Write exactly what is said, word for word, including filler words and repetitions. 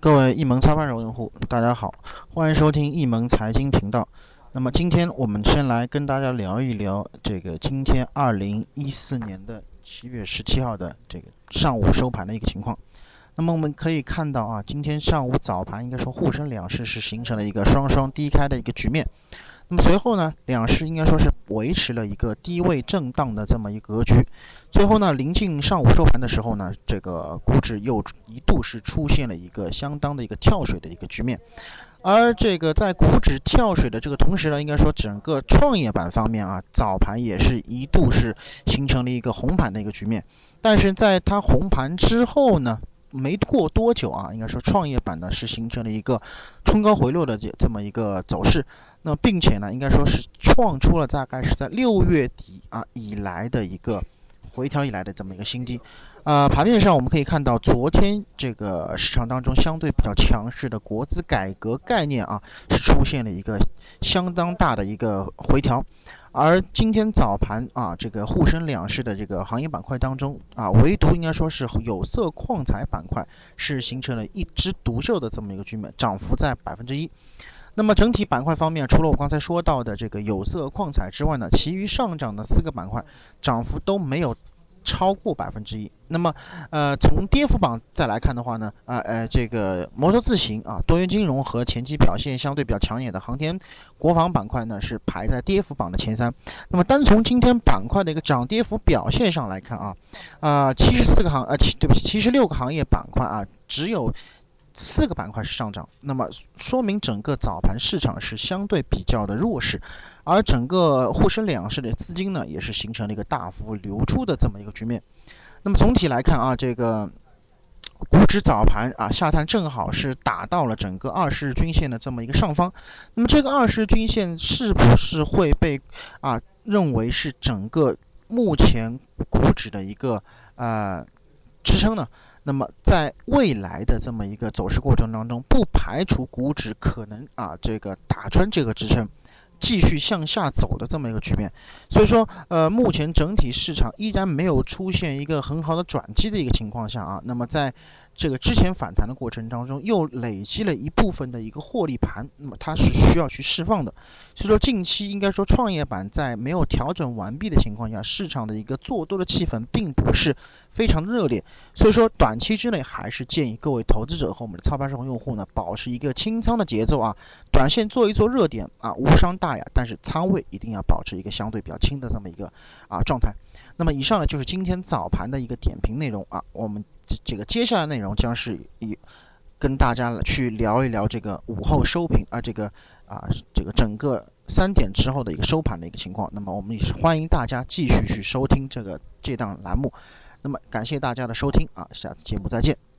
各位易盟操盘手用户，大家好，欢迎收听易盟财经频道。那么今天我们先来跟大家聊一聊这个今天二零一四年的七月十七号的这个上午收盘的一个情况。那么我们可以看到啊，今天上午早盘应该说沪深两市是形成了一个双双低开的一个局面。那么随后呢，两市应该说是维持了一个低位震荡的这么一个格局。最后呢，临近上午收盘的时候呢，这个股指又一度是出现了一个相当的一个跳水的一个局面。而这个在股指跳水的这个同时呢，应该说整个创业板方面啊，早盘也是一度是形成了一个红盘的一个局面。但是在它红盘之后呢，没过多久啊，应该说创业板呢是形成了一个冲高回落的这么一个走势。那并且呢，应该说是创出了大概是在六月底啊以来的一个回调以来的这么一个新低。啊、呃，盘面上我们可以看到，昨天这个市场当中相对比较强势的国资改革概念啊，是出现了一个相当大的一个回调。而今天早盘啊，这个沪深两市的这个行业板块当中啊，唯独应该说是有色矿材板块是形成了一枝独秀的这么一个局面，涨幅在百分之一。那么整体板块方面，除了我刚才说到的这个有色矿材之外呢，其余上涨的四个板块涨幅都没有超过百分之一。那么，呃，从跌幅榜再来看的话呢，啊呃，这个摩托自行啊、多元金融和前期表现相对比较抢眼的航天、国防板块呢，是排在跌幅榜的前三。那么，单从今天板块的一个涨跌幅表现上来看啊，啊、呃，七十四个行，呃，对不起，七十六个行业板块啊，只有四个板块是上涨，那么说明整个早盘市场是相对比较的弱势，而整个沪深两市的资金呢，也是形成了一个大幅流出的这么一个局面。那么总体来看啊，这个股指早盘啊下探正好是打到了整个二十日均线的这么一个上方。那么这个二十日均线是不是会被啊认为是整个目前股指的一个呃支撑呢？那么在未来的这么一个走势过程当中，不排除股指可能啊这个打穿这个支撑，继续向下走的这么一个局面。所以说，呃，目前整体市场依然没有出现一个很好的转机的一个情况下啊，那么在这个之前反弹的过程当中，又累积了一部分的一个获利盘，那么它是需要去释放的。所以说，近期应该说创业板在没有调整完毕的情况下，市场的一个做多的气氛并不是非常的热烈。所以说，短期之内还是建议各位投资者和我们的操盘手用户呢，保持一个清仓的节奏啊，短线做一做热点啊，无伤大雅，但是仓位一定要保持一个相对比较轻的这么一个啊状态。那么以上呢就是今天早盘的一个点评内容啊，我们这这个接下来内容将是以跟大家去聊一聊这个午后收评啊，这个啊这个整个三点之后的一个收盘的一个情况。那么我们也是欢迎大家继续去收听这个这档栏目。那么感谢大家的收听啊，下次节目再见。